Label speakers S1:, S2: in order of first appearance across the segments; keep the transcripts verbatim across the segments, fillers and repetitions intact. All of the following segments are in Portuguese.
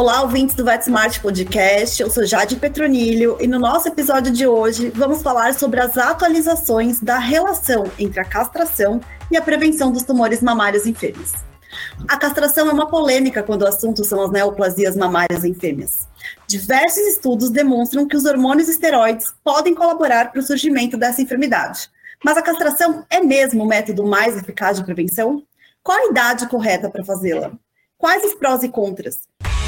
S1: Olá, ouvintes do VetSmart Podcast, eu sou Jade Petronilho e no nosso episódio de hoje vamos falar sobre as atualizações da relação entre a castração e a prevenção dos tumores mamários em fêmeas. A castração é uma polêmica quando o assunto são as neoplasias mamárias em fêmeas. Diversos estudos demonstram que os hormônios esteroides podem colaborar para o surgimento dessa enfermidade. Mas a castração é mesmo o método mais eficaz de prevenção? Qual a idade correta para fazê-la? Quais os prós e contras?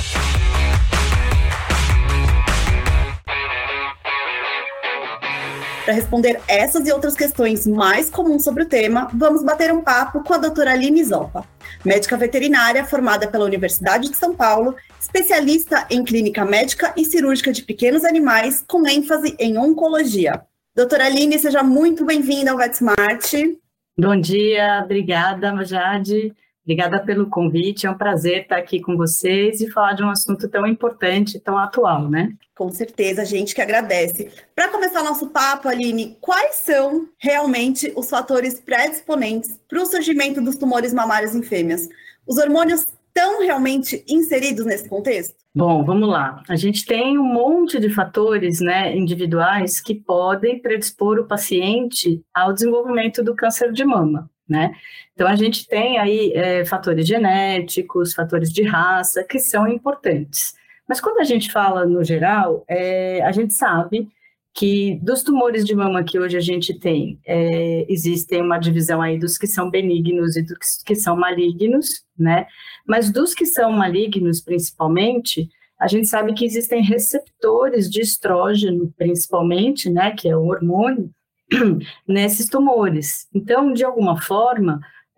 S1: Para responder essas e outras questões mais comuns sobre o tema, vamos bater um papo com a doutora Aline Zoppa, médica veterinária formada pela Universidade de São Paulo, especialista em clínica médica e cirúrgica de pequenos animais, com ênfase em oncologia. Doutora Aline, seja muito bem-vinda ao VetSmart.
S2: Bom dia, obrigada, Jade. Obrigada pelo convite, é um prazer estar aqui com vocês e falar de um assunto tão importante, tão atual, né?
S1: Com certeza, a gente que agradece. Para começar nosso papo, Aline, quais são realmente os fatores predisponentes para o surgimento dos tumores mamários em fêmeas? Os hormônios estão realmente inseridos nesse contexto?
S2: Bom, vamos lá. A gente tem um monte de fatores, né, individuais que podem predispor o paciente ao desenvolvimento do câncer de mama, né? Então, a gente tem aí é, fatores genéticos, fatores de raça, que são importantes. Mas quando a gente fala no geral, é, a gente sabe que dos tumores de mama que hoje a gente tem, é, existem uma divisão aí dos que são benignos e dos que são malignos, né? Mas dos que são malignos, principalmente, a gente sabe que existem receptores de estrógeno, principalmente, né, que é o hormônio, nesses tumores. Então, de alguma forma,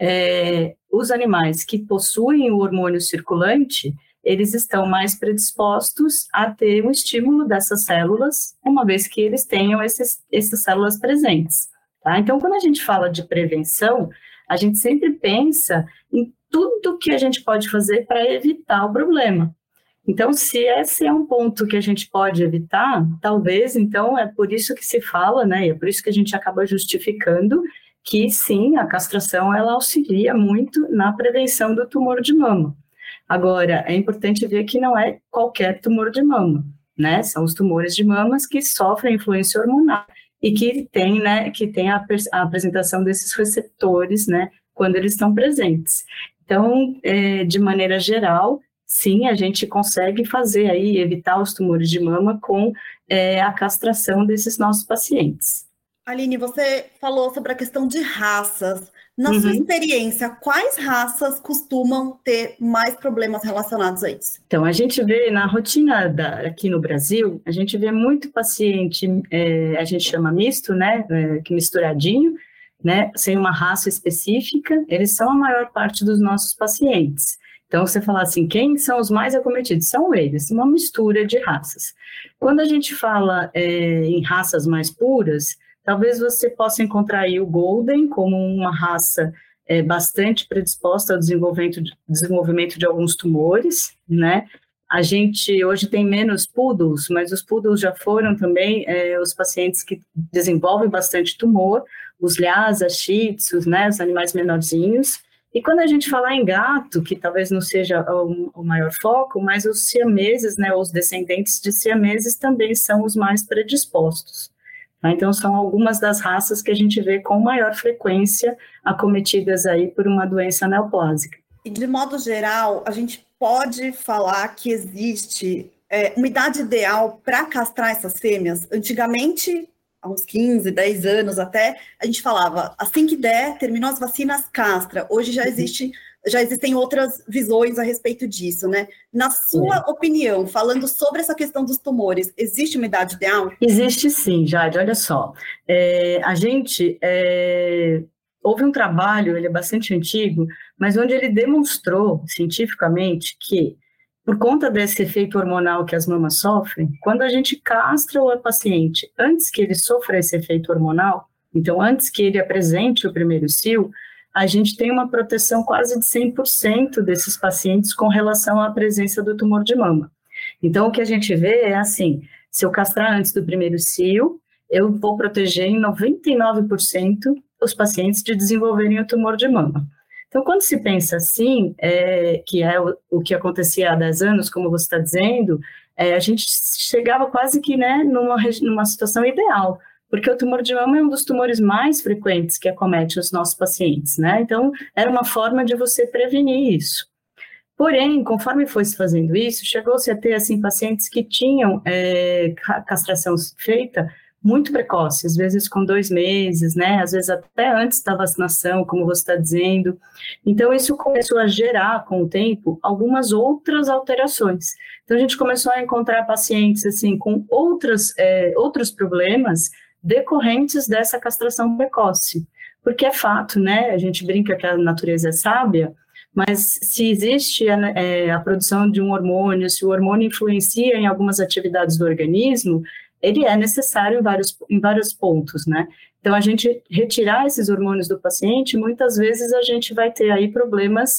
S2: é, os animais que possuem o hormônio circulante, eles estão mais predispostos a ter um estímulo dessas células, uma vez que eles tenham esses, essas células presentes. Tá? Então, quando a gente fala de prevenção, a gente sempre pensa em tudo que a gente pode fazer para evitar o problema. Então, se esse é um ponto que a gente pode evitar, talvez, então, é por isso que se fala, né, e é por isso que a gente acaba justificando que, sim, a castração, ela auxilia muito na prevenção do tumor de mama. Agora, é importante ver que não é qualquer tumor de mama, né, são os tumores de mamas que sofrem influência hormonal e que tem, né, que tem a, a apresentação desses receptores, né, quando eles estão presentes. Então, é, de maneira geral, sim, a gente consegue fazer aí, evitar os tumores de mama com é, a castração desses nossos pacientes.
S1: Aline, você falou sobre a questão de raças. Na
S2: Uhum.
S1: sua experiência, quais raças costumam ter mais problemas relacionados a isso?
S2: Então, a gente vê na rotina da, aqui no Brasil, a gente vê muito paciente, é, a gente chama misto, né, é, que misturadinho, né, sem uma raça específica, eles são a maior parte dos nossos pacientes. Então, você fala assim, quem são os mais acometidos? São eles, uma mistura de raças. Quando a gente fala é, em raças mais puras, talvez você possa encontrar aí o Golden como uma raça é, bastante predisposta ao desenvolvimento de, desenvolvimento de alguns tumores, né? A gente hoje tem menos poodles, mas os poodles já foram também é, os pacientes que desenvolvem bastante tumor, os Lhasa, Shih Tzus, né, os animais menorzinhos. E quando a gente falar em gato, que talvez não seja o, o maior foco, mas os siameses, né, os descendentes de siameses também são os mais predispostos. Tá? Então, são algumas das raças que a gente vê com maior frequência acometidas aí por uma doença neoplásica.
S1: E, de modo geral, a gente pode falar que existe é, uma idade ideal para castrar essas fêmeas? Antigamente, há uns quinze, dez anos até, a gente falava, assim que der, terminou as vacinas, castra. Hoje já, existe, já existem outras visões a respeito disso, né? Na sua é. opinião, falando sobre essa questão dos tumores, existe uma idade ideal?
S2: Existe sim, Jade, olha só. É, a gente, é, houve um trabalho, ele é bastante antigo, mas onde ele demonstrou cientificamente que por conta desse efeito hormonal que as mamas sofrem, quando a gente castra o paciente antes que ele sofra esse efeito hormonal, então antes que ele apresente o primeiro cio, a gente tem uma proteção quase de cem por cento desses pacientes com relação à presença do tumor de mama. Então o que a gente vê é assim, se eu castrar antes do primeiro cio, eu vou proteger em noventa e nove por cento os pacientes de desenvolverem o tumor de mama. Então, quando se pensa assim, é, que é o, o que acontecia há dez anos, como você está dizendo, é, a gente chegava quase que, né, numa, numa situação ideal, porque o tumor de mama é um dos tumores mais frequentes que acomete os nossos pacientes, né? Então, era uma forma de você prevenir isso. Porém, conforme foi se fazendo isso, chegou-se a ter, assim, pacientes que tinham é, castração feita muito precoce, às vezes com dois meses, né? Às vezes até antes da vacinação, como você está dizendo. Então, isso começou a gerar, com o tempo, algumas outras alterações. Então, a gente começou a encontrar pacientes, assim, com outros, é, outros problemas decorrentes dessa castração precoce. Porque é fato, né? A gente brinca que a natureza é sábia, mas se existe a, é, a produção de um hormônio, se o hormônio influencia em algumas atividades do organismo, ele é necessário em vários, em vários pontos, né? Então, a gente retirar esses hormônios do paciente, muitas vezes a gente vai ter aí problemas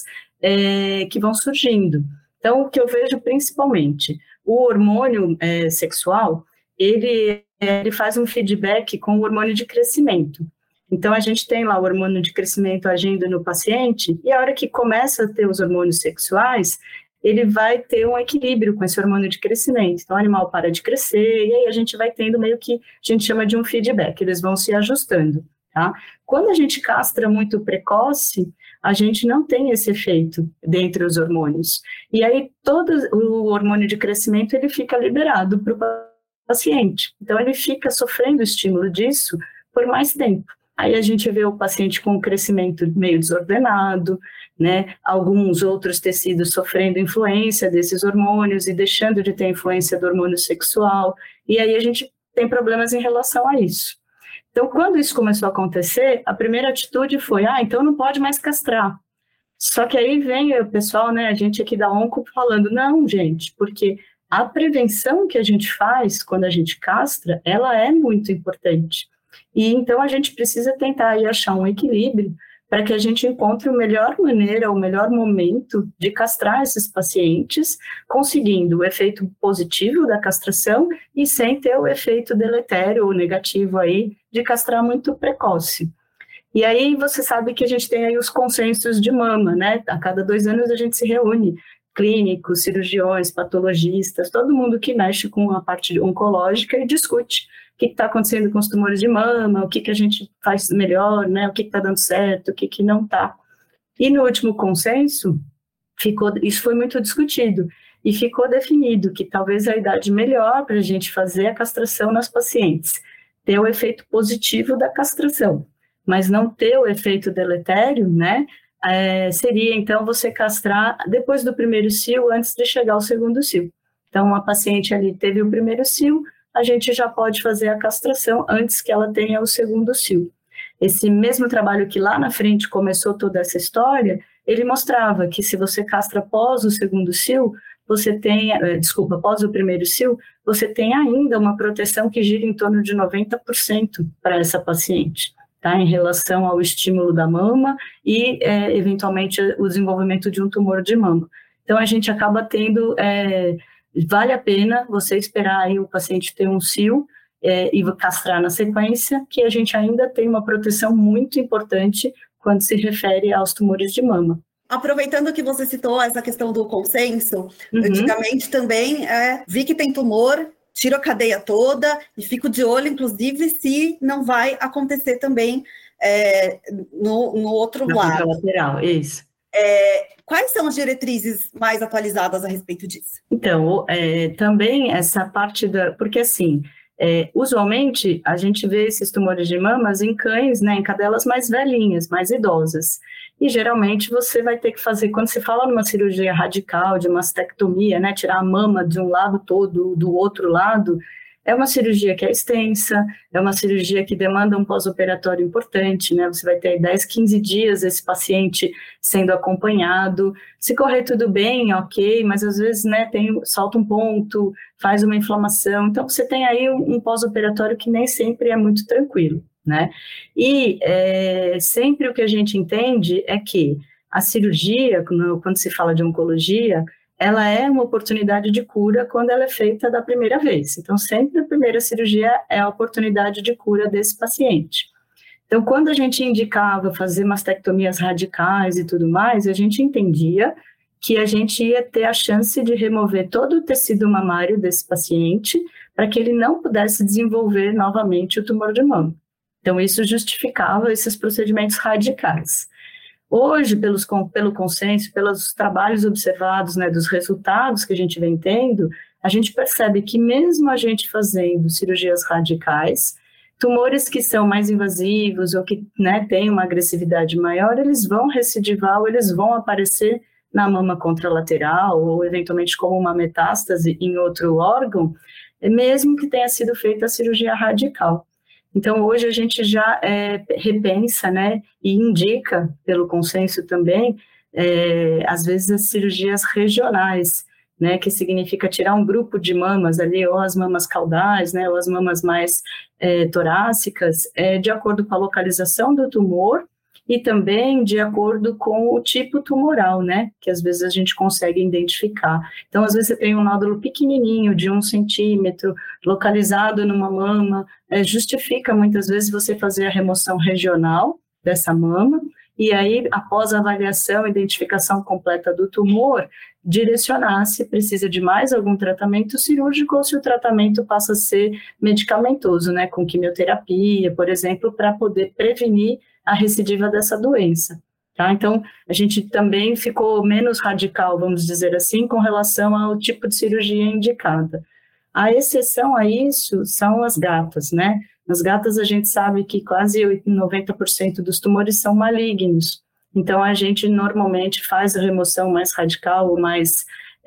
S2: é, que vão surgindo. Então, o que eu vejo principalmente, o hormônio é, sexual, ele, ele faz um feedback com o hormônio de crescimento. Então, a gente tem lá o hormônio de crescimento agindo no paciente, e a hora que começa a ter os hormônios sexuais, ele vai ter um equilíbrio com esse hormônio de crescimento. Então, o animal para de crescer, e aí a gente vai tendo meio que, a gente chama de um feedback, eles vão se ajustando, tá? Quando a gente castra muito precoce, a gente não tem esse efeito dentre os hormônios. E aí, todo o hormônio de crescimento, ele fica liberado para o paciente. Então, ele fica sofrendo o estímulo disso por mais tempo. Aí a gente vê o paciente com um crescimento meio desordenado, né? Alguns outros tecidos sofrendo influência desses hormônios e deixando de ter influência do hormônio sexual, e aí a gente tem problemas em relação a isso. Então, quando isso começou a acontecer, a primeira atitude foi, ah, então não pode mais castrar. Só que aí vem o pessoal, né, a gente aqui da Onco falando, não, gente, porque a prevenção que a gente faz quando a gente castra, ela é muito importante. E então a gente precisa tentar aí achar um equilíbrio para que a gente encontre a melhor maneira, o melhor momento de castrar esses pacientes, conseguindo o efeito positivo da castração e sem ter o efeito deletério ou negativo aí de castrar muito precoce. E aí você sabe que a gente tem aí os consensos de mama, né? A cada dois anos a gente se reúne, clínicos, cirurgiões, patologistas, todo mundo que mexe com a parte oncológica e discute o que está acontecendo com os tumores de mama, o que, que a gente faz melhor, né, o que está dando certo, o que, que não está. E no último consenso, ficou, isso foi muito discutido, e ficou definido que talvez a idade melhor para a gente fazer a castração nas pacientes, ter o efeito positivo da castração, mas não ter o efeito deletério, né, é, seria então você castrar depois do primeiro cio, antes de chegar ao segundo cio. Então, a paciente ali teve o primeiro cio, a gente já pode fazer a castração antes que ela tenha o segundo cio. Esse mesmo trabalho que lá na frente começou toda essa história, ele mostrava que se você castra após o segundo cio, você tem, eh, desculpa, após o primeiro cio, você tem ainda uma proteção que gira em torno de noventa por cento para essa paciente, tá? Em relação ao estímulo da mama e, eh, eventualmente, o desenvolvimento de um tumor de mama. Então, a gente acaba tendo... Eh, vale a pena você esperar aí o paciente ter um cio é, e castrar na sequência, que a gente ainda tem uma proteção muito importante quando se refere aos tumores de mama.
S1: Aproveitando que você citou essa questão do consenso,
S2: uhum.
S1: Antigamente também é, vi que tem tumor, tiro a cadeia toda e fico de olho, inclusive, se não vai acontecer também é, no, no outro
S2: na
S1: lado.
S2: Lateral, isso.
S1: É, quais são as diretrizes mais atualizadas a respeito disso?
S2: Então, é, também essa parte da... Porque, assim, é, usualmente, a gente vê esses tumores de mamas em cães, né, em cadelas mais velhinhas, mais idosas. E, geralmente, você vai ter que fazer... Quando se fala numa cirurgia radical, de mastectomia, né, tirar a mama de um lado todo, do outro lado... É uma cirurgia que é extensa, é uma cirurgia que demanda um pós-operatório importante, né? Você vai ter dez, quinze dias esse paciente sendo acompanhado. Se correr tudo bem, ok, mas às vezes, né, tem, solta um ponto, faz uma inflamação. Então, você tem aí um, um pós-operatório que nem sempre é muito tranquilo, né? E é, sempre o que a gente entende é que a cirurgia, quando, quando se fala de oncologia, ela é uma oportunidade de cura quando ela é feita da primeira vez. Então, sempre a primeira cirurgia é a oportunidade de cura desse paciente. Então, quando a gente indicava fazer mastectomias radicais e tudo mais, a gente entendia que a gente ia ter a chance de remover todo o tecido mamário desse paciente para que ele não pudesse desenvolver novamente o tumor de mama. Então, isso justificava esses procedimentos radicais. Hoje, pelos, pelo consenso, pelos trabalhos observados, né, dos resultados que a gente vem tendo, a gente percebe que mesmo a gente fazendo cirurgias radicais, tumores que são mais invasivos ou que, né, têm uma agressividade maior, eles vão recidivar ou eles vão aparecer na mama contralateral ou eventualmente como uma metástase em outro órgão, mesmo que tenha sido feita a cirurgia radical. Então, hoje a gente já é, repensa, né, e indica, pelo consenso também, é, às vezes as cirurgias regionais, né, que significa tirar um grupo de mamas ali, ou as mamas caudais, né, ou as mamas mais é, torácicas, é, de acordo com a localização do tumor e também de acordo com o tipo tumoral, né, que às vezes a gente consegue identificar. Então, às vezes você tem um nódulo pequenininho, de um centímetro, localizado numa mama, é, justifica muitas vezes você fazer a remoção regional dessa mama, e aí, após a avaliação e identificação completa do tumor, direcionar se precisa de mais algum tratamento cirúrgico ou se o tratamento passa a ser medicamentoso, né, com quimioterapia, por exemplo, para poder prevenir a recidiva dessa doença. Tá? Então, a gente também ficou menos radical, vamos dizer assim, com relação ao tipo de cirurgia indicada. A exceção a isso são as gatas, né? Nas gatas, a gente sabe que quase noventa por cento dos tumores são malignos. Então, a gente normalmente faz a remoção mais radical, ou mais,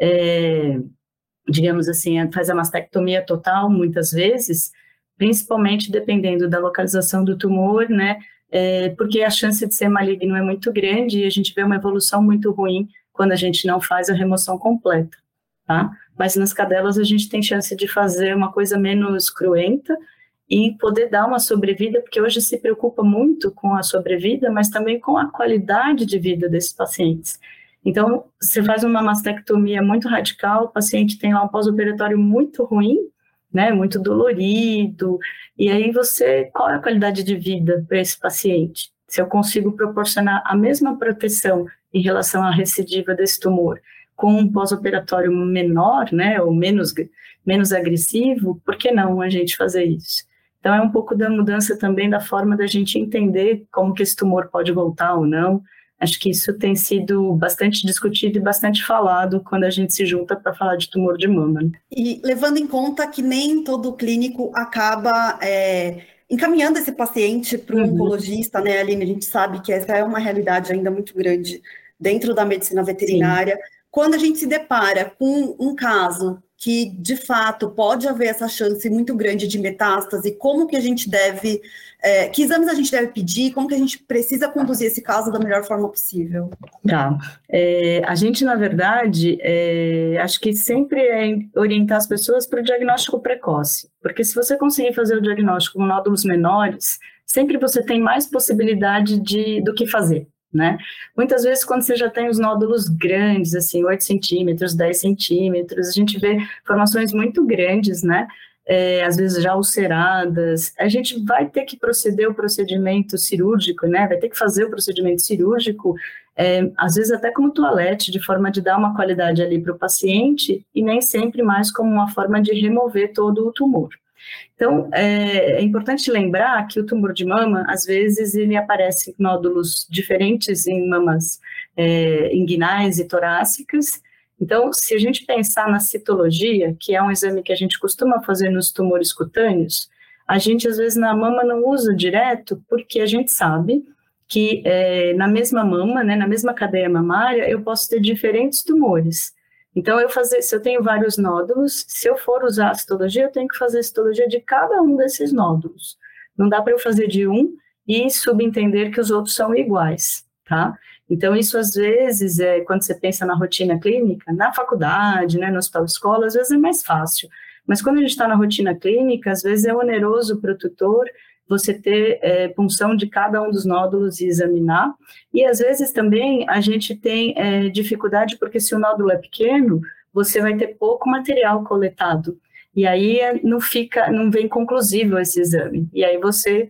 S2: é, digamos assim, faz a mastectomia total, muitas vezes, principalmente dependendo da localização do tumor, né? É, porque a chance de ser maligno é muito grande e a gente vê uma evolução muito ruim quando a gente não faz a remoção completa, tá? Mas nas cadelas a gente tem chance de fazer uma coisa menos cruenta e poder dar uma sobrevida, porque hoje se preocupa muito com a sobrevida, mas também com a qualidade de vida desses pacientes. Então, você faz uma mastectomia muito radical, o paciente tem lá um pós-operatório muito ruim, né, muito dolorido, e aí você, qual é a qualidade de vida para esse paciente? Se eu consigo proporcionar a mesma proteção em relação à recidiva desse tumor, com um pós-operatório menor, né, ou menos, menos agressivo, por que não a gente fazer isso? Então, é um pouco da mudança também da forma da gente entender como que esse tumor pode voltar ou não. Acho que isso tem sido bastante discutido e bastante falado quando a gente se junta para falar de tumor de mama. Né?
S1: E levando em conta que nem todo clínico acaba é, encaminhando esse paciente para um uhum. oncologista, né, Aline? A gente sabe que essa é uma realidade ainda muito grande dentro da medicina veterinária. Sim. Quando a gente se depara com um caso que, de fato, pode haver essa chance muito grande de metástase, como que a gente deve, é, que exames a gente deve pedir, como que a gente precisa conduzir esse caso da melhor forma possível?
S2: Tá. É, a gente, na verdade, é, acho que sempre é orientar as pessoas para o diagnóstico precoce, porque se você conseguir fazer o diagnóstico com nódulos menores, sempre você tem mais possibilidade de, do que fazer. Né? Muitas vezes, quando você já tem os nódulos grandes, assim, oito centímetros, dez centímetros, a gente vê formações muito grandes, né? É, às vezes já ulceradas, a gente vai ter que proceder o procedimento cirúrgico, né? Vai ter que fazer o procedimento cirúrgico, é, às vezes até como toalete, de forma de dar uma qualidade ali para o paciente, e nem sempre mais como uma forma de remover todo o tumor. Então, é, é importante lembrar que o tumor de mama, às vezes, ele aparece em nódulos diferentes em mamas é, inguinais e torácicas. Então, se a gente pensar na citologia, que é um exame que a gente costuma fazer nos tumores cutâneos, a gente, às vezes, na mama não usa direto, porque a gente sabe que é, na mesma mama, né, na mesma cadeia mamária, eu posso ter diferentes tumores. Então, eu fazer, se eu tenho vários nódulos, se eu for usar a citologia, eu tenho que fazer a citologia de cada um desses nódulos. Não dá para eu fazer de um e subentender que os outros são iguais, tá? Então, isso às vezes, é, quando você pensa na rotina clínica, na faculdade, né, no hospital escola, às vezes é mais fácil. Mas quando a gente está na rotina clínica, às vezes é oneroso para o tutor você ter é, punção de cada um dos nódulos e examinar, e às vezes também a gente tem é, dificuldade, porque se o nódulo é pequeno, você vai ter pouco material coletado, e aí não fica, não vem conclusivo esse exame, e aí você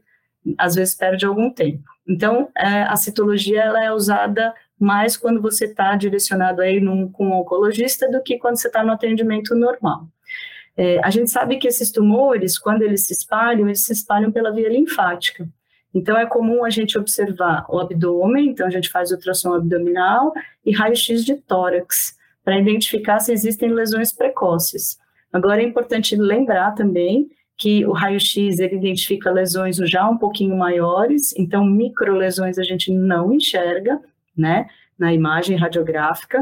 S2: às vezes perde algum tempo. Então, é, a citologia ela é usada mais quando você está direcionado aí num, com um oncologista do que quando você está no atendimento normal. É, a gente sabe que esses tumores, quando eles se espalham, eles se espalham pela via linfática. Então, é comum a gente observar o abdômen, então a gente faz ultrassom abdominal e raio-x de tórax, para identificar se existem lesões precoces. Agora, é importante lembrar também que o raio-x ele identifica lesões já um pouquinho maiores, então microlesões a gente não enxerga, né, na imagem radiográfica,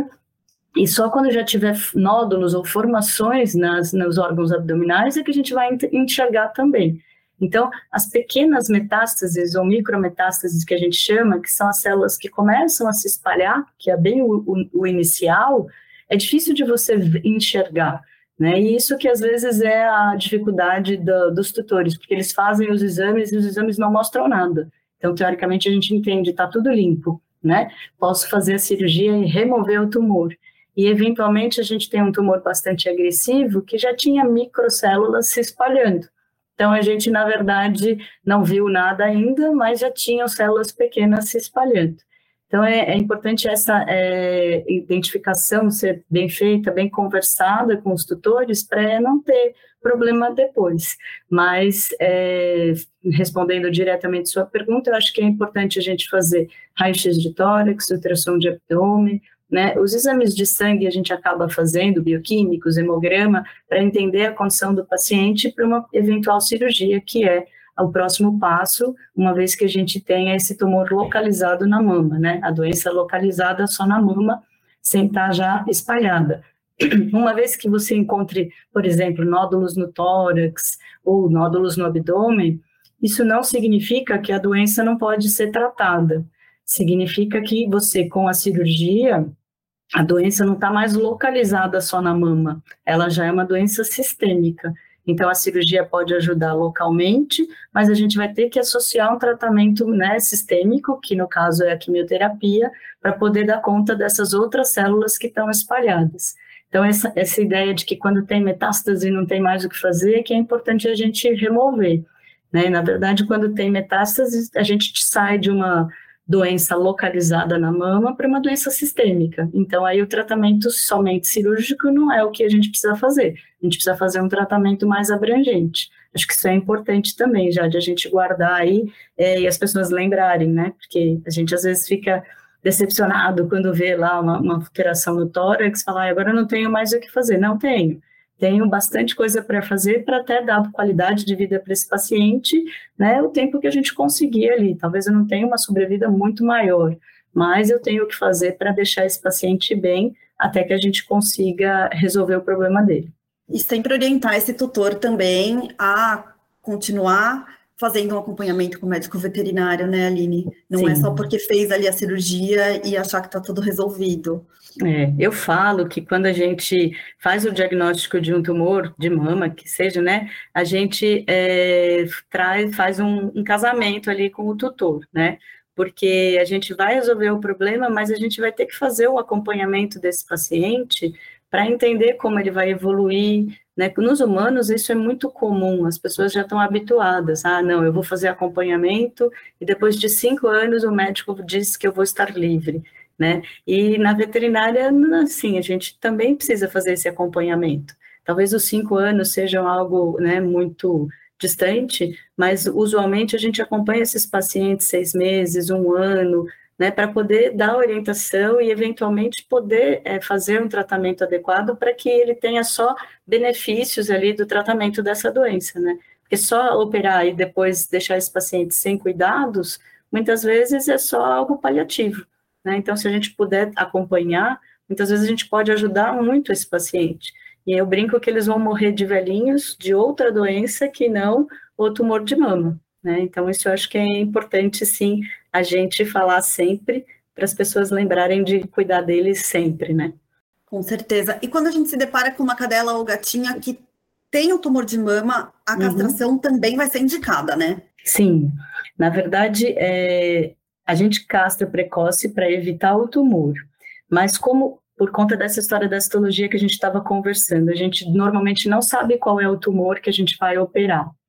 S2: e só quando já tiver nódulos ou formações nas, nos órgãos abdominais é que a gente vai enxergar também. Então, as pequenas metástases ou micrometástases que a gente chama, que são as células que começam a se espalhar, que é bem o, o, o inicial, é difícil de você enxergar, né? E isso que às vezes é a dificuldade do, dos tutores, porque eles fazem os exames e os exames não mostram nada. Então, teoricamente, a gente entende, está tudo limpo, né? Posso fazer a cirurgia e remover o tumor. E, eventualmente, a gente tem um tumor bastante agressivo que já tinha microcélulas se espalhando. Então, a gente, na verdade, não viu nada ainda, mas já tinham células pequenas se espalhando. Então, é, é importante essa é, identificação ser bem feita, bem conversada com os tutores, para não ter problema depois. Mas, é, respondendo diretamente a sua pergunta, eu acho que é importante a gente fazer raio-x de tórax, ultrassom de abdômen, né? Os exames de sangue a gente acaba fazendo, bioquímicos, hemograma, para entender a condição do paciente para uma eventual cirurgia, que é o próximo passo, uma vez que a gente tenha esse tumor localizado na mama, né? A doença localizada só na mama, sem estar já espalhada. Uma vez que você encontre, por exemplo, nódulos no tórax ou nódulos no abdômen, isso não significa que a doença não pode ser tratada. Significa que você, com a cirurgia, a doença não está mais localizada só na mama, ela já é uma doença sistêmica. Então, a cirurgia pode ajudar localmente, mas a gente vai ter que associar um tratamento, né, sistêmico, que no caso é a quimioterapia, para poder dar conta dessas outras células que estão espalhadas. Então, essa, essa ideia de que quando tem metástase não tem mais o que fazer, que é importante a gente remover, né? Na verdade, quando tem metástase, a gente sai de uma doença localizada na mama para uma doença sistêmica. Então, aí o tratamento somente cirúrgico não é o que a gente precisa fazer. A gente precisa fazer um tratamento mais abrangente. Acho que isso é importante também, já de a gente guardar aí é, e as pessoas lembrarem, né? Porque a gente às vezes fica decepcionado quando vê lá uma, uma alteração no tórax, falar, ah, agora eu não tenho mais o que fazer. Não tenho. Tenho bastante coisa para fazer para até dar qualidade de vida para esse paciente, né, o tempo que a gente conseguir ali. Talvez eu não tenha uma sobrevida muito maior, mas eu tenho o que fazer para deixar esse paciente bem até que a gente consiga resolver o problema dele.
S1: E sempre orientar esse tutor também a continuar fazendo um acompanhamento com o médico veterinário, né, Aline? Não Sim. é só porque fez ali a cirurgia e achar que está tudo resolvido.
S2: É, eu falo que quando a gente faz o diagnóstico de um tumor de mama, que seja, né, a gente é, traz, faz um, um casamento ali com o tutor, né, porque a gente vai resolver o problema, mas a gente vai ter que fazer o acompanhamento desse paciente para entender como ele vai evoluir, né. Nos humanos isso é muito comum, as pessoas já estão habituadas, ah, não, eu vou fazer acompanhamento e depois de cinco anos o médico diz que eu vou estar livre, né? E na veterinária, assim, a gente também precisa fazer esse acompanhamento. Talvez os cinco anos sejam algo, né, muito distante, mas usualmente a gente acompanha esses pacientes seis meses, um ano, né, para poder dar orientação e eventualmente poder é, fazer um tratamento adequado para que ele tenha só benefícios ali do tratamento dessa doença, né? Porque só operar e depois deixar esse paciente sem cuidados, muitas vezes é só algo paliativo. Então, se a gente puder acompanhar, muitas vezes a gente pode ajudar muito esse paciente. E eu brinco que eles vão morrer de velhinhos de outra doença que não o tumor de mama, né? Então, isso eu acho que é importante, sim, a gente falar sempre para as pessoas lembrarem de cuidar deles sempre, né?
S1: Com certeza. E quando a gente se depara com uma cadela ou gatinha que tem o tumor de mama, a castração uhum. também vai ser indicada, né?
S2: Sim. Na verdade, é... a gente castra precoce para evitar o tumor, mas como por conta dessa história da citologia que a gente estava conversando, a gente normalmente não sabe qual é o tumor que a gente vai operar,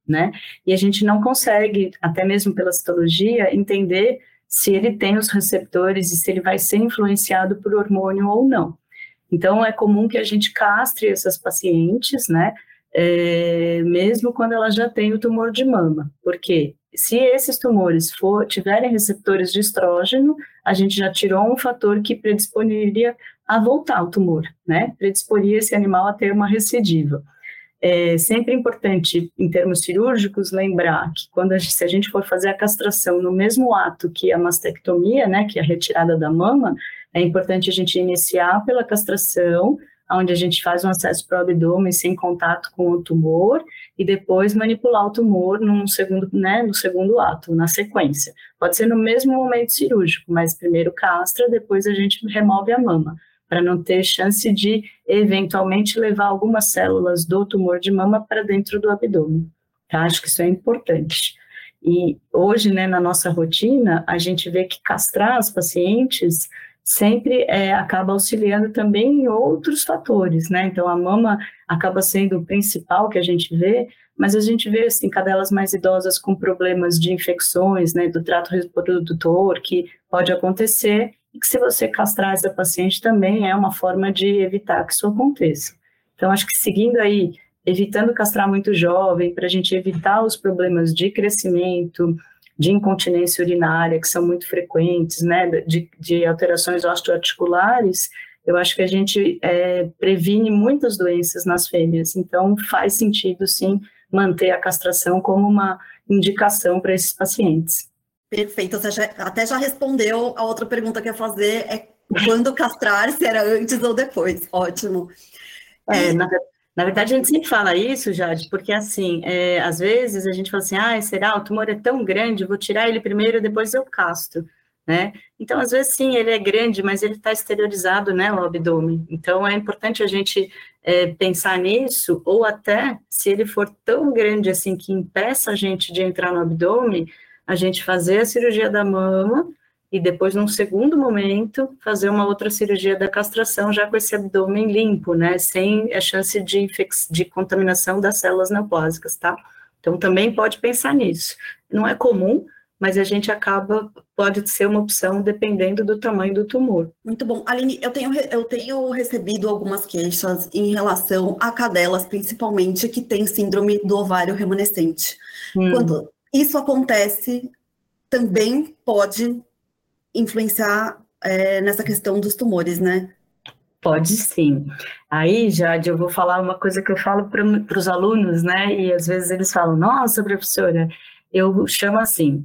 S2: né? E a gente não consegue, até mesmo pela citologia, entender se ele tem os receptores e se ele vai ser influenciado por hormônio ou não. Então, é comum que a gente castre essas pacientes, né? É, mesmo quando ela já tem o tumor de mama. Porque se esses tumores for, tiverem receptores de estrógeno, a gente já tirou um fator que predisporia a voltar o tumor, né? Predisporia esse animal a ter uma recidiva. É sempre importante, em termos cirúrgicos, lembrar que quando a gente, se a gente for fazer a castração no mesmo ato que a mastectomia, né, que é a retirada da mama, é importante a gente iniciar pela castração, onde a gente faz um acesso para o abdômen sem contato com o tumor, e depois manipular o tumor num segundo, né, no segundo ato, na sequência. Pode ser no mesmo momento cirúrgico, mas primeiro castra, depois a gente remove a mama, para não ter chance de, eventualmente, levar algumas células do tumor de mama para dentro do abdômen, tá? Acho que isso é importante. E hoje, né, na nossa rotina, a gente vê que castrar as pacientes sempre é, acaba auxiliando também em outros fatores, né? Então, a mama acaba sendo o principal que a gente vê, mas a gente vê, assim, cadelas mais idosas com problemas de infecções, né, do trato reprodutor, que pode acontecer, e que se você castrar essa paciente também é uma forma de evitar que isso aconteça. Então, acho que seguindo aí, evitando castrar muito jovem, para a gente evitar os problemas de crescimento, de incontinência urinária, que são muito frequentes, né, de, de alterações osteoarticulares, eu acho que a gente é, previne muitas doenças nas fêmeas. Então, faz sentido, sim, manter a castração como uma indicação para esses pacientes.
S1: Perfeito, você já, até já respondeu a outra pergunta que eu ia fazer, é quando castrar, se era antes ou depois. Ótimo.
S2: É, na, na verdade, a gente sempre fala isso, Jade, porque assim, é, às vezes a gente fala assim, ah, será, o tumor é tão grande, vou tirar ele primeiro, depois eu castro, né? Então, às vezes, sim, ele é grande, mas ele está exteriorizado, né, o abdômen. Então, é importante a gente é, pensar nisso, ou até, se ele for tão grande assim, que impeça a gente de entrar no abdômen, a gente fazer a cirurgia da mama e depois, num segundo momento, fazer uma outra cirurgia da castração, já com esse abdômen limpo, né, sem a chance de, infec- de contaminação das células neoplásicas, tá? Então, também pode pensar nisso. Não é comum, mas a gente acaba, pode ser uma opção dependendo do tamanho do tumor.
S1: Muito bom. Aline, eu tenho, eu tenho recebido algumas queixas em relação a cadelas, principalmente, que têm síndrome do ovário remanescente. Hum. Quando isso acontece, também pode influenciar é, nessa questão dos tumores, né?
S2: Pode sim. Aí, Jade, eu vou falar uma coisa que eu falo para os alunos, né? E às vezes eles falam, nossa, professora, eu chamo assim,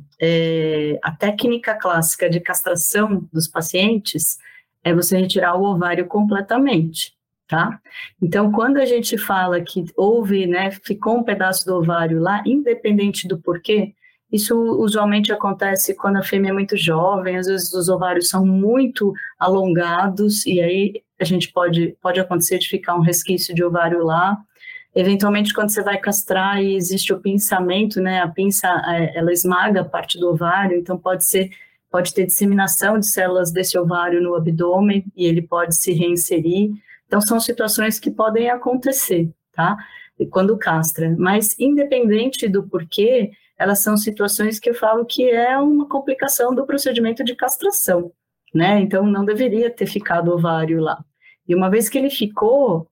S2: é, a técnica clássica de castração dos pacientes é você retirar o ovário completamente, tá? Então, quando a gente fala que houve, né, ficou um pedaço do ovário lá, independente do porquê, isso usualmente acontece quando a fêmea é muito jovem, às vezes os ovários são muito alongados, e aí a gente pode, pode acontecer de ficar um resquício de ovário lá. Eventualmente, quando você vai castrar e existe o pinçamento, né, a pinça, ela esmaga a parte do ovário, então pode ser, pode ter disseminação de células desse ovário no abdômen e ele pode se reinserir. Então, são situações que podem acontecer, tá? E quando castra. Mas, independente do porquê, elas são situações que eu falo que é uma complicação do procedimento de castração, né? Então, não deveria ter ficado o ovário lá. E uma vez que ele ficou,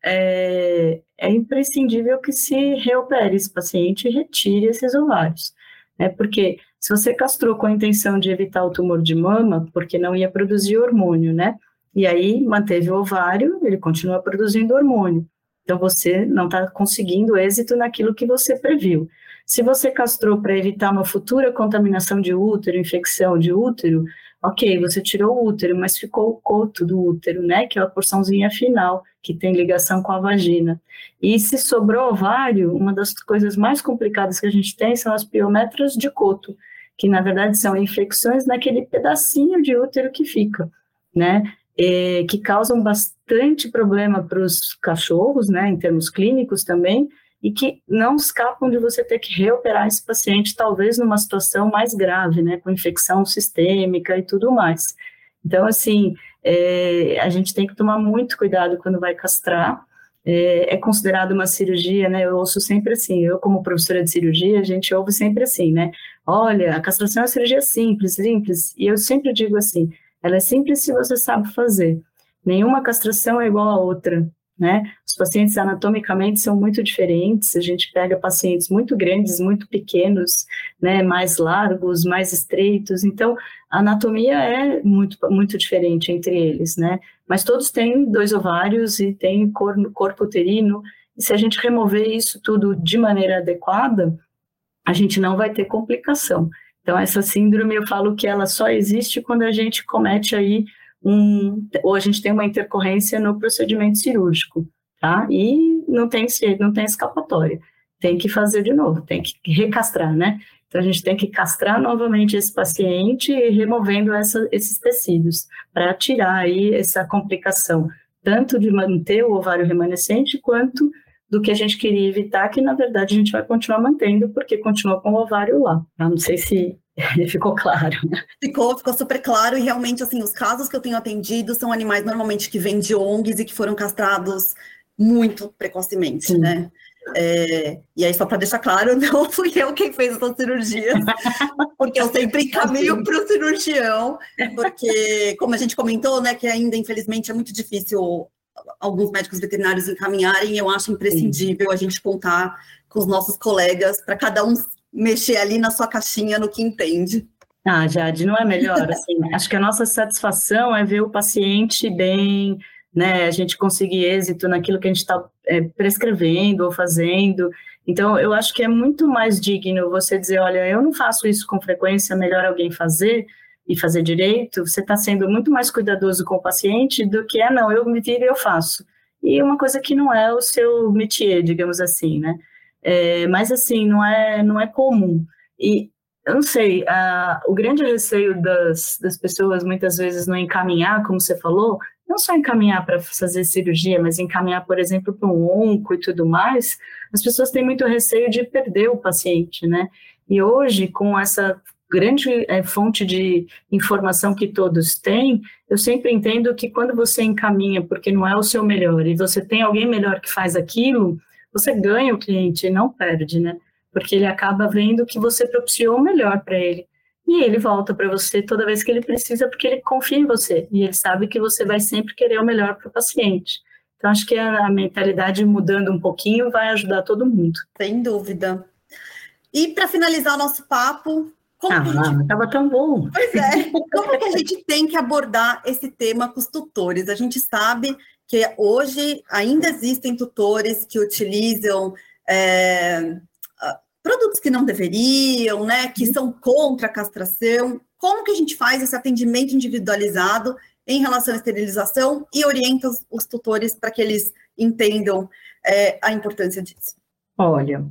S2: é, é imprescindível que se reopere esse paciente e retire esses ovários, né? Porque se você castrou com a intenção de evitar o tumor de mama, porque não ia produzir hormônio, né? E aí manteve o ovário, ele continua produzindo hormônio. Então, você não está conseguindo êxito naquilo que você previu. Se você castrou para evitar uma futura contaminação de útero, infecção de útero, ok, você tirou o útero, mas ficou o coto do útero, né, que é a porçãozinha final, que tem ligação com a vagina. E se sobrou ovário, uma das coisas mais complicadas que a gente tem são as piometras de coto, que na verdade são infecções naquele pedacinho de útero que fica, né, e, que causam bastante problema para os cachorros, né, em termos clínicos também, e que não escapam de você ter que reoperar esse paciente, talvez numa situação mais grave, né, com infecção sistêmica e tudo mais. Então, assim, é, a gente tem que tomar muito cuidado quando vai castrar, é, é considerado uma cirurgia, né? Eu ouço sempre assim, eu como professora de cirurgia, a gente ouve sempre assim, né? Olha, a castração é uma cirurgia simples, simples, e eu sempre digo assim, ela é simples se você sabe fazer. Nenhuma castração é igual a outra, né? Os pacientes anatomicamente são muito diferentes, a gente pega pacientes muito grandes, muito pequenos, né? Mais largos, mais estreitos, então a anatomia é muito, muito diferente entre eles, né? Mas todos têm dois ovários e têm cor, corpo uterino, e se a gente remover isso tudo de maneira adequada, a gente não vai ter complicação. Então, essa síndrome, eu falo que ela só existe quando a gente comete aí um, ou a gente tem uma intercorrência no procedimento cirúrgico, tá? E não tem, não tem escapatória. Tem que fazer de novo, tem que recastrar, né? Então, a gente tem que castrar novamente esse paciente, removendo essa, esses tecidos, para tirar aí essa complicação, tanto de manter o ovário remanescente, quanto do que a gente queria evitar, que na verdade a gente vai continuar mantendo, porque continua com o ovário lá. Eu não sei se ficou claro.
S1: Ficou, ficou super claro, e realmente, assim, os casos que eu tenho atendido são animais normalmente que vêm de O N Gs e que foram castrados muito precocemente, Sim. né? É, e aí, só para deixar claro, não fui eu quem fez essa cirurgia, porque eu sempre encaminho para o cirurgião, porque, como a gente comentou, né, que ainda, infelizmente, é muito difícil alguns médicos veterinários encaminharem, eu acho imprescindível Sim. a gente contar com os nossos colegas para cada um mexer ali na sua caixinha no que entende.
S2: Ah, Jade, não é melhor, assim, acho que a nossa satisfação é ver o paciente bem, né, a gente conseguir êxito naquilo que a gente está é, prescrevendo ou fazendo, então eu acho que é muito mais digno você dizer, olha, eu não faço isso com frequência, é melhor alguém fazer, e fazer direito, você está sendo muito mais cuidadoso com o paciente do que, ah, não, eu me viro e eu faço. E uma coisa que não é o seu métier, digamos assim, né? É, mas, assim, não é, não é comum. E, eu não sei, a, o grande receio das, das pessoas, muitas vezes, não encaminhar, como você falou, não só encaminhar para fazer cirurgia, mas encaminhar, por exemplo, para um onco e tudo mais, as pessoas têm muito receio de perder o paciente, né? E hoje, com essa grande é, fonte de informação que todos têm, eu sempre entendo que quando você encaminha porque não é o seu melhor e você tem alguém melhor que faz aquilo, você ganha o cliente e não perde, né? Porque ele acaba vendo que você propiciou o melhor para ele. E ele volta para você toda vez que ele precisa, porque ele confia em você e ele sabe que você vai sempre querer o melhor para o paciente. Então, acho que a, a mentalidade mudando um pouquinho vai ajudar todo mundo.
S1: Sem dúvida. E para finalizar o nosso papo, como
S2: ah,
S1: gente...
S2: estava tão bom.
S1: Pois é, como que a gente tem que abordar esse tema com os tutores? A gente sabe que hoje ainda existem tutores que utilizam é, produtos que não deveriam, né, que são contra a castração. Como que a gente faz esse atendimento individualizado em relação à esterilização e orienta os, os tutores para que eles entendam é, a importância disso?
S2: Olha...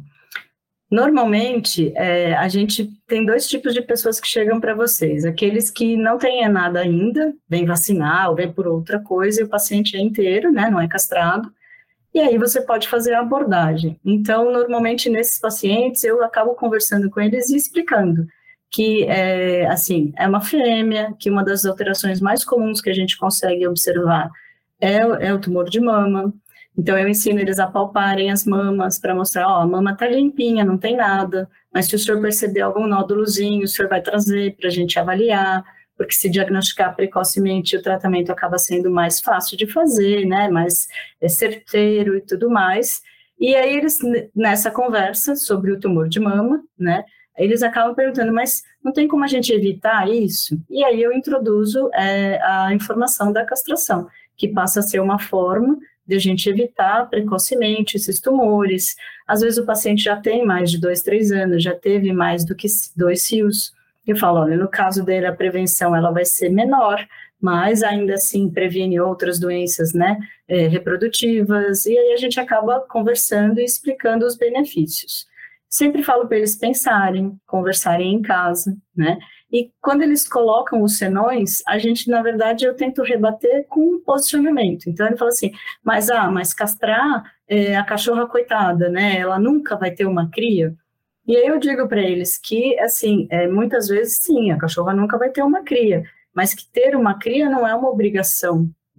S2: Normalmente, é, a gente tem dois tipos de pessoas que chegam para vocês. Aqueles que não têm nada ainda, vem vacinar ou vem por outra coisa, e o paciente é inteiro, né, não é castrado, e aí você pode fazer a abordagem. Então, normalmente, nesses pacientes, eu acabo conversando com eles e explicando que, é, assim, é uma fêmea, que uma das alterações mais comuns que a gente consegue observar é, é o tumor de mama. Então, eu ensino eles a palparem as mamas para mostrar, ó, a mama tá limpinha, não tem nada, mas se o senhor perceber algum nódulozinho, o senhor vai trazer para a gente avaliar, porque se diagnosticar precocemente, o tratamento acaba sendo mais fácil de fazer, né, mais é, certeiro e tudo mais. E aí, eles, nessa conversa sobre o tumor de mama, né, eles acabam perguntando, mas não tem como a gente evitar isso? E aí eu introduzo é, a informação da castração, que passa a ser uma forma de a gente evitar precocemente esses tumores. Às vezes o paciente já tem mais de dois, três anos, já teve mais do que dois fios. Eu falo, olha, no caso dele a prevenção ela vai ser menor, mas ainda assim previne outras doenças, né, é, reprodutivas, e aí a gente acaba conversando e explicando os benefícios. Sempre falo para eles pensarem, conversarem em casa, né, e quando eles colocam os senões, a gente, na verdade, eu tento rebater com um posicionamento. Então, ele fala assim, mas, ah, mas castrar é, a cachorra coitada, né? Ela nunca vai ter uma cria. E aí eu digo para eles que, assim, é, muitas vezes, sim, a cachorra nunca vai ter uma cria, mas que ter uma cria não é uma obrigação,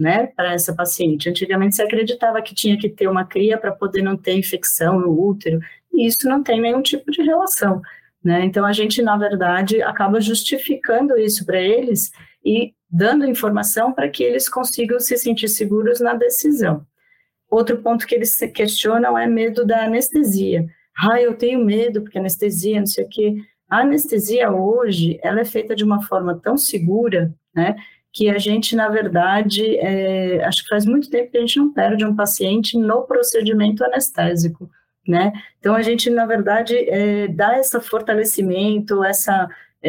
S2: né, para essa paciente. Antigamente se acreditava que tinha que ter uma cria para poder não ter infecção no útero, e isso não tem nenhum tipo de relação, né? Então a gente, na verdade, acaba justificando isso para eles e dando informação para que eles consigam se sentir seguros na decisão. Outro ponto que eles se questionam é medo da anestesia. Ah, eu tenho medo porque anestesia, não sei o quê. A anestesia hoje, ela é feita de uma forma tão segura, né, que a gente, na verdade, é, acho que faz muito tempo que a gente não perde um paciente no procedimento anestésico, né? Então, a gente, na verdade, é, dá esse fortalecimento, essa,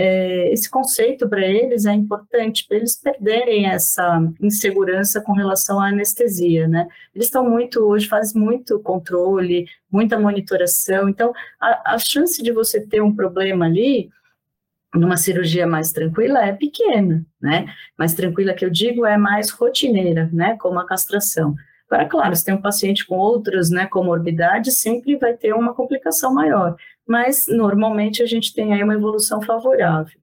S2: é, esse conceito para eles é importante, para eles perderem essa insegurança com relação à anestesia, né? Eles estão muito, hoje, fazem muito controle, muita monitoração, então, a, a chance de você ter um problema ali, numa cirurgia mais tranquila é pequena, né? Mais tranquila que eu digo é mais rotineira, né? Como a castração. Agora, claro, se tem um paciente com outras, né, comorbidades, sempre vai ter uma complicação maior, mas normalmente a gente tem aí uma evolução favorável.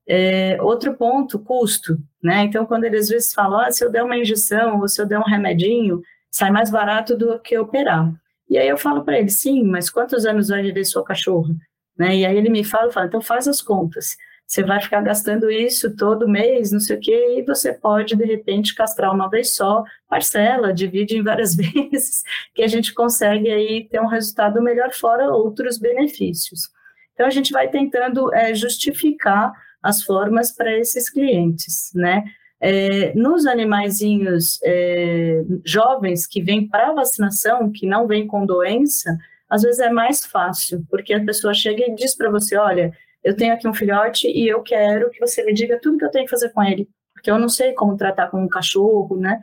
S2: É, outro ponto, custo, né? Então, quando eles às vezes falam, ah, se eu der uma injeção ou se eu der um remedinho, sai mais barato do que operar. E aí eu falo para ele, sim, mas quantos anos vai viver sua cachorra? Né? E aí ele me fala, fala, então faz as contas, você vai ficar gastando isso todo mês, não sei o quê, e você pode, de repente, castrar uma vez só, parcela, divide em várias vezes, que a gente consegue aí ter um resultado melhor, fora outros benefícios. Então, a gente vai tentando é, justificar as formas para esses clientes, né? É, nos animaizinhos é, jovens que vêm para vacinação, que não vêm com doença, às vezes é mais fácil, porque a pessoa chega e diz para você, olha, eu tenho aqui um filhote e eu quero que você me diga tudo que eu tenho que fazer com ele, porque eu não sei como tratar com um cachorro, né?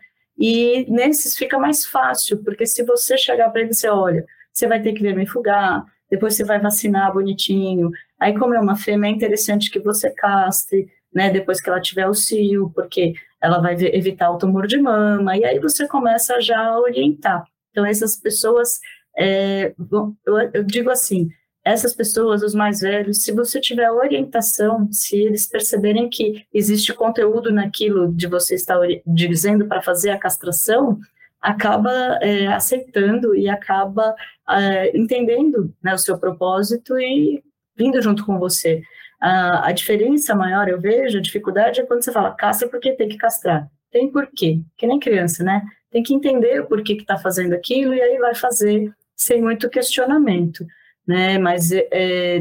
S2: E nesses fica mais fácil, porque se você chegar para ele e dizer, olha, você vai ter que vermifugar, depois você vai vacinar bonitinho, aí como é uma fêmea, é interessante que você castre, né, depois que ela tiver o cio, porque ela vai evitar o tumor de mama, e aí você começa já a orientar. Então, essas pessoas... É, eu, eu digo assim, essas pessoas, os mais velhos, se você tiver orientação, se eles perceberem que existe conteúdo naquilo de você estar dizendo para fazer a castração, acaba é, aceitando e acaba é, entendendo, né, o seu propósito e vindo junto com você. A, a diferença maior, eu vejo, a dificuldade é quando você fala, castra porque tem que castrar. Tem porquê, que nem criança, né? Tem que entender o porquê que está fazendo aquilo e aí vai fazer sem muito questionamento, né, mas é,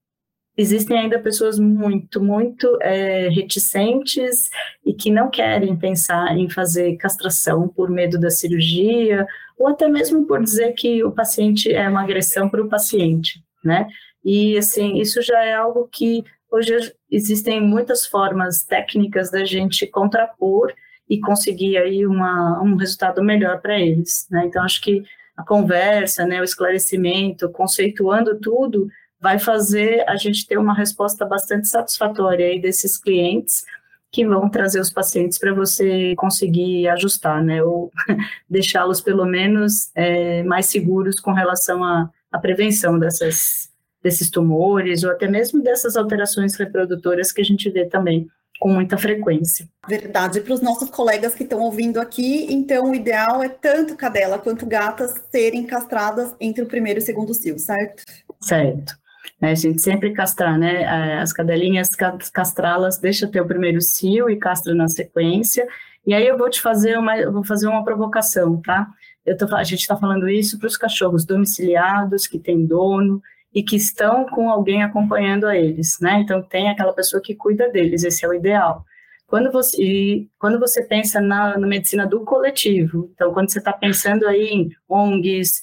S2: existem ainda pessoas muito, muito é, reticentes e que não querem pensar em fazer castração por medo da cirurgia, ou até mesmo por dizer que o paciente é uma agressão para o paciente, né, e assim, isso já é algo que hoje existem muitas formas técnicas da gente contrapor e conseguir aí uma, um resultado melhor para eles, né, então acho que a conversa, né, o esclarecimento, conceituando tudo, vai fazer a gente ter uma resposta bastante satisfatória aí desses clientes que vão trazer os pacientes para você conseguir ajustar, né, ou deixá-los pelo menos é, mais seguros com relação à, à prevenção dessas, desses tumores ou até mesmo dessas alterações reprodutoras que a gente vê também com muita frequência.
S1: Verdade, para os nossos colegas que estão ouvindo aqui, então o ideal é tanto cadela quanto gatas serem castradas entre o primeiro e o segundo cio, certo?
S2: Certo. É, a gente sempre castrar, né, as cadelinhas, castrá-las, deixa ter o primeiro cio e castra na sequência, e aí eu vou te fazer uma, eu vou fazer uma provocação, tá? Eu tô, a gente está falando isso para os cachorros domiciliados, que têm dono, e que estão com alguém acompanhando a eles, né? Então, tem aquela pessoa que cuida deles, esse é o ideal. Quando você, e quando você pensa na, na medicina do coletivo, então, quando você está pensando aí em O N Gs,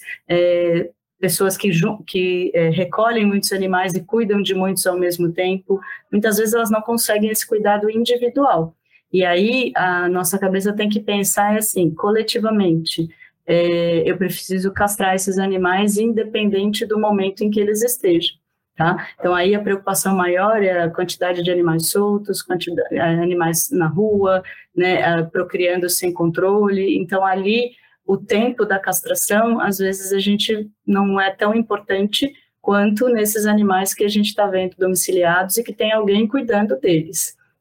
S2: é, pessoas que, que é, recolhem muitos animais e cuidam de muitos ao mesmo tempo, muitas vezes elas não conseguem esse cuidado individual. E aí, a nossa cabeça tem que pensar assim, coletivamente, É, eu preciso castrar esses animais independente do momento em que eles estejam, tá? Então, aí a preocupação maior é a quantidade de animais soltos, quantidade, animais na rua, né, procriando sem controle. Então, ali, o tempo da castração, às vezes, a gente não é tão importante quanto nesses animais que a gente está vendo domiciliados e que tem alguém cuidando deles.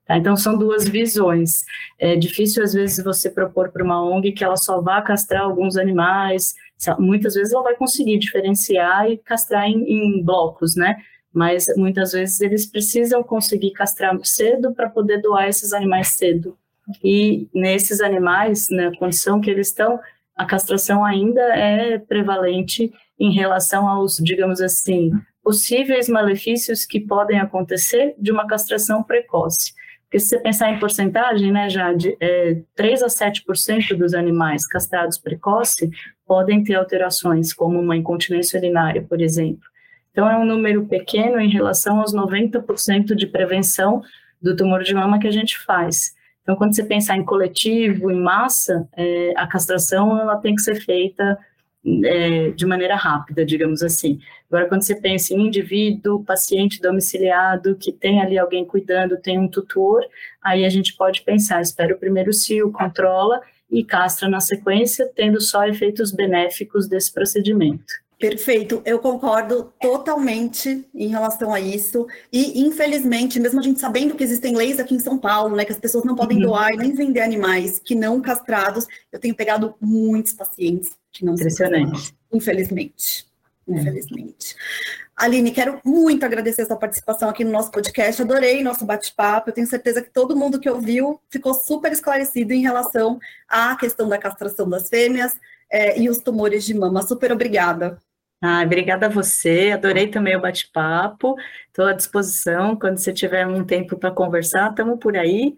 S2: Tá? Então, são duas visões. É difícil, às vezes, você propor para uma O N G que ela só vá castrar alguns animais. Muitas vezes ela vai conseguir diferenciar e castrar em, em blocos, né? Mas muitas vezes eles precisam conseguir castrar cedo para poder doar esses animais cedo. E nesses animais, na condição que eles estão, a castração ainda é prevalente em relação aos, digamos assim, possíveis malefícios que podem acontecer de uma castração precoce. Porque se você pensar em porcentagem, né, Jade, é, três a sete por cento dos animais castrados precoce podem ter alterações, como uma incontinência urinária, por exemplo. Então, é um número pequeno em relação aos noventa por cento de prevenção do tumor de mama que a gente faz. Então, quando você pensar em coletivo, em massa, é, a castração ela tem que ser feita é, de maneira rápida, digamos assim. Agora, quando você pensa em indivíduo, paciente domiciliado, que tem ali alguém cuidando, tem um tutor, aí a gente pode pensar, espera o primeiro cio, controla e castra na sequência, tendo só efeitos benéficos desse procedimento.
S1: Perfeito, eu concordo totalmente em relação a isso, e infelizmente, mesmo a gente sabendo que existem leis aqui em São Paulo, né, que as pessoas não podem uhum. doar e nem vender animais que não castrados, eu tenho pegado muitos pacientes que não são castrados, infelizmente, é. infelizmente. Aline, quero muito agradecer a sua participação aqui no nosso podcast, adorei nosso bate-papo, eu tenho certeza que todo mundo que ouviu ficou super esclarecido em relação à questão da castração das fêmeas é, e os tumores de mama, super obrigada.
S2: Ah, obrigada a você, adorei também o bate-papo, estou à disposição, quando você tiver um tempo para conversar, estamos por aí,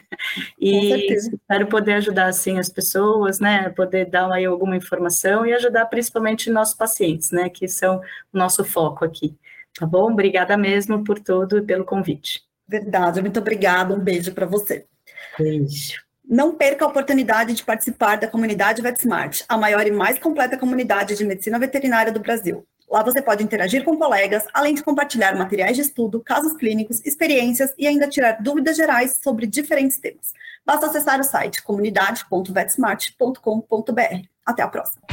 S2: e espero poder ajudar, assim, as pessoas, né, poder dar aí alguma informação e ajudar principalmente nossos pacientes, né, que são o nosso foco aqui, tá bom? Obrigada mesmo por tudo e pelo convite.
S1: Verdade, muito obrigada, um beijo para você.
S2: Beijo.
S1: Não perca a oportunidade de participar da comunidade VetSmart, a maior e mais completa comunidade de medicina veterinária do Brasil. Lá você pode interagir com colegas, além de compartilhar materiais de estudo, casos clínicos, experiências e ainda tirar dúvidas gerais sobre diferentes temas. Basta acessar o site comunidade ponto vetsmart ponto com ponto br. Até a próxima!